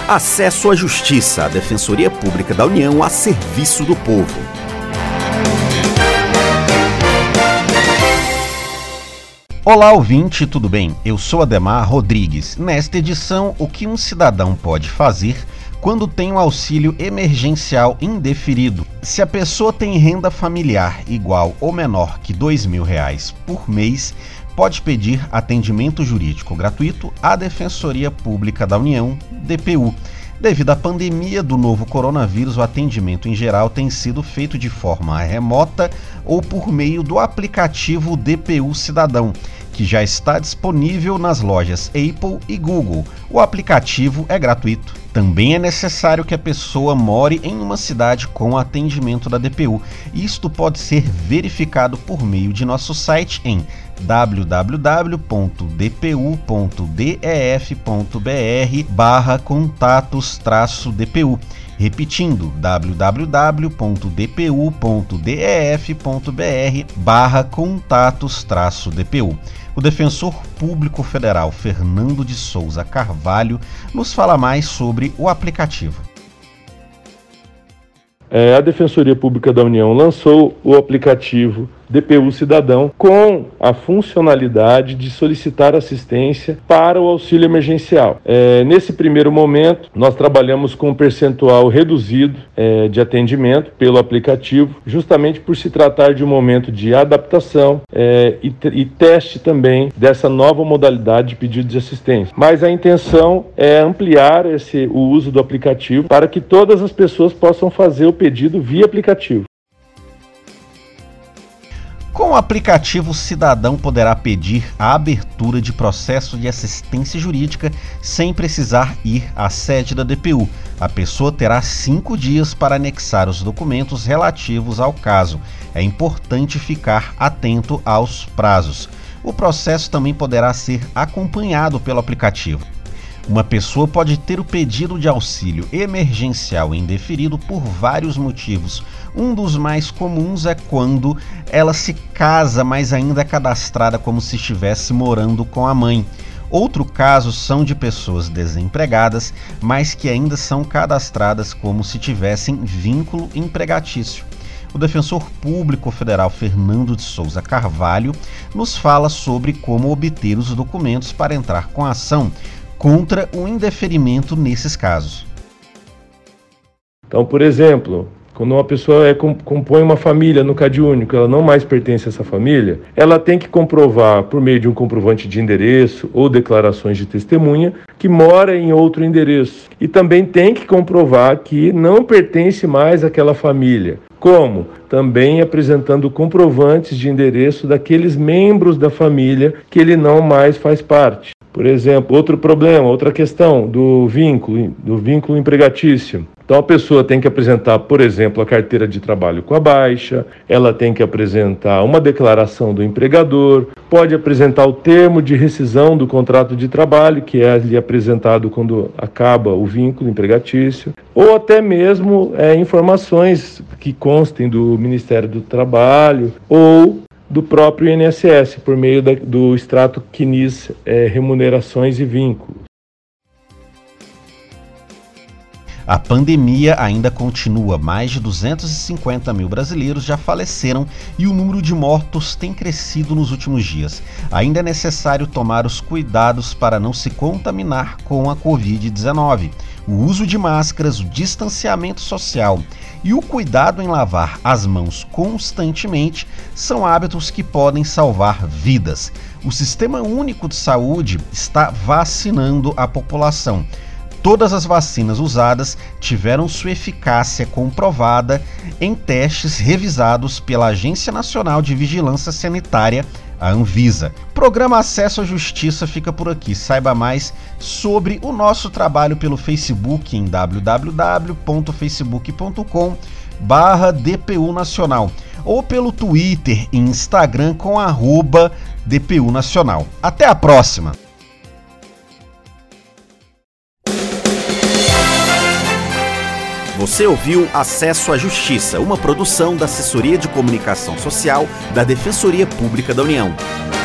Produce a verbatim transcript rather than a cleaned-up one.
Acesso à Justiça, a Defensoria Pública da União a serviço do povo. Olá, ouvinte, tudo bem? Eu sou Ademar Rodrigues. Nesta edição, o que um cidadão pode fazer quando tem um auxílio emergencial indeferido? Se a pessoa tem renda familiar igual ou menor que dois mil reais por mês, pode pedir atendimento jurídico gratuito à Defensoria Pública da União, D P U. Devido à pandemia do novo coronavírus, o atendimento em geral tem sido feito de forma remota ou por meio do aplicativo D P U Cidadão, que já está disponível nas lojas Apple e Google. O aplicativo é gratuito. Também é necessário que a pessoa more em uma cidade com atendimento da D P U. Isto pode ser verificado por meio de nosso site em w w w ponto d p u ponto d e f ponto b r barra contatos traço D P U. Repetindo, w w w ponto d p u ponto d e f ponto b r barra contatos traço D P U. O defensor público federal Fernando de Souza Carvalho nos fala mais sobre o aplicativo. É, a Defensoria Pública da União lançou o aplicativo D P U Cidadão com a funcionalidade de solicitar assistência para o auxílio emergencial. É, nesse primeiro momento, nós trabalhamos com um percentual reduzido é, de atendimento pelo aplicativo, justamente por se tratar de um momento de adaptação é, e, e teste também dessa nova modalidade de pedido de assistência. Mas a intenção é ampliar esse, o uso do aplicativo para que todas as pessoas possam fazer o pedido via aplicativo. Com o aplicativo, o cidadão poderá pedir a abertura de processo de assistência jurídica sem precisar ir à sede da D P U. A pessoa terá cinco dias para anexar os documentos relativos ao caso. É importante ficar atento aos prazos. O processo também poderá ser acompanhado pelo aplicativo. Uma pessoa pode ter o pedido de auxílio emergencial indeferido por vários motivos. Um dos mais comuns é quando ela se casa, mas ainda é cadastrada como se estivesse morando com a mãe. Outro caso são de pessoas desempregadas, mas que ainda são cadastradas como se tivessem vínculo empregatício. O defensor público federal Fernando de Souza Carvalho nos fala sobre como obter os documentos para entrar com a ação contra o indeferimento nesses casos. Então, por exemplo, quando uma pessoa é, compõe uma família no CadÚnico, ela não mais pertence a essa família, ela tem que comprovar, por meio de um comprovante de endereço ou declarações de testemunha, que mora em outro endereço. E também tem que comprovar que não pertence mais àquela família. Como? Também apresentando comprovantes de endereço daqueles membros da família que ele não mais faz parte. Por exemplo, outro problema, outra questão do vínculo, do vínculo empregatício. Então a pessoa tem que apresentar, por exemplo, a carteira de trabalho com a baixa, ela tem que apresentar uma declaração do empregador, pode apresentar o termo de rescisão do contrato de trabalho, que é ali apresentado quando acaba o vínculo empregatício, ou até mesmo é, informações que constem do Ministério do Trabalho ou do próprio I N S S, por meio da, do extrato C N I S, é, remunerações e vínculos. A pandemia ainda continua. Mais de duzentos e cinquenta mil brasileiros já faleceram e o número de mortos tem crescido nos últimos dias. Ainda é necessário tomar os cuidados para não se contaminar com a covid dezenove. O uso de máscaras, o distanciamento social e o cuidado em lavar as mãos constantemente são hábitos que podem salvar vidas. O Sistema Único de Saúde está vacinando a população. Todas as vacinas usadas tiveram sua eficácia comprovada em testes revisados pela Agência Nacional de Vigilância Sanitária, a Anvisa. Programa Acesso à Justiça fica por aqui. Saiba mais sobre o nosso trabalho pelo Facebook em w w w ponto facebook ponto com barra D P U Nacional ou pelo Twitter e Instagram com arroba D P U Nacional. Até a próxima! Você ouviu Acesso à Justiça, uma produção da Assessoria de Comunicação Social da Defensoria Pública da União.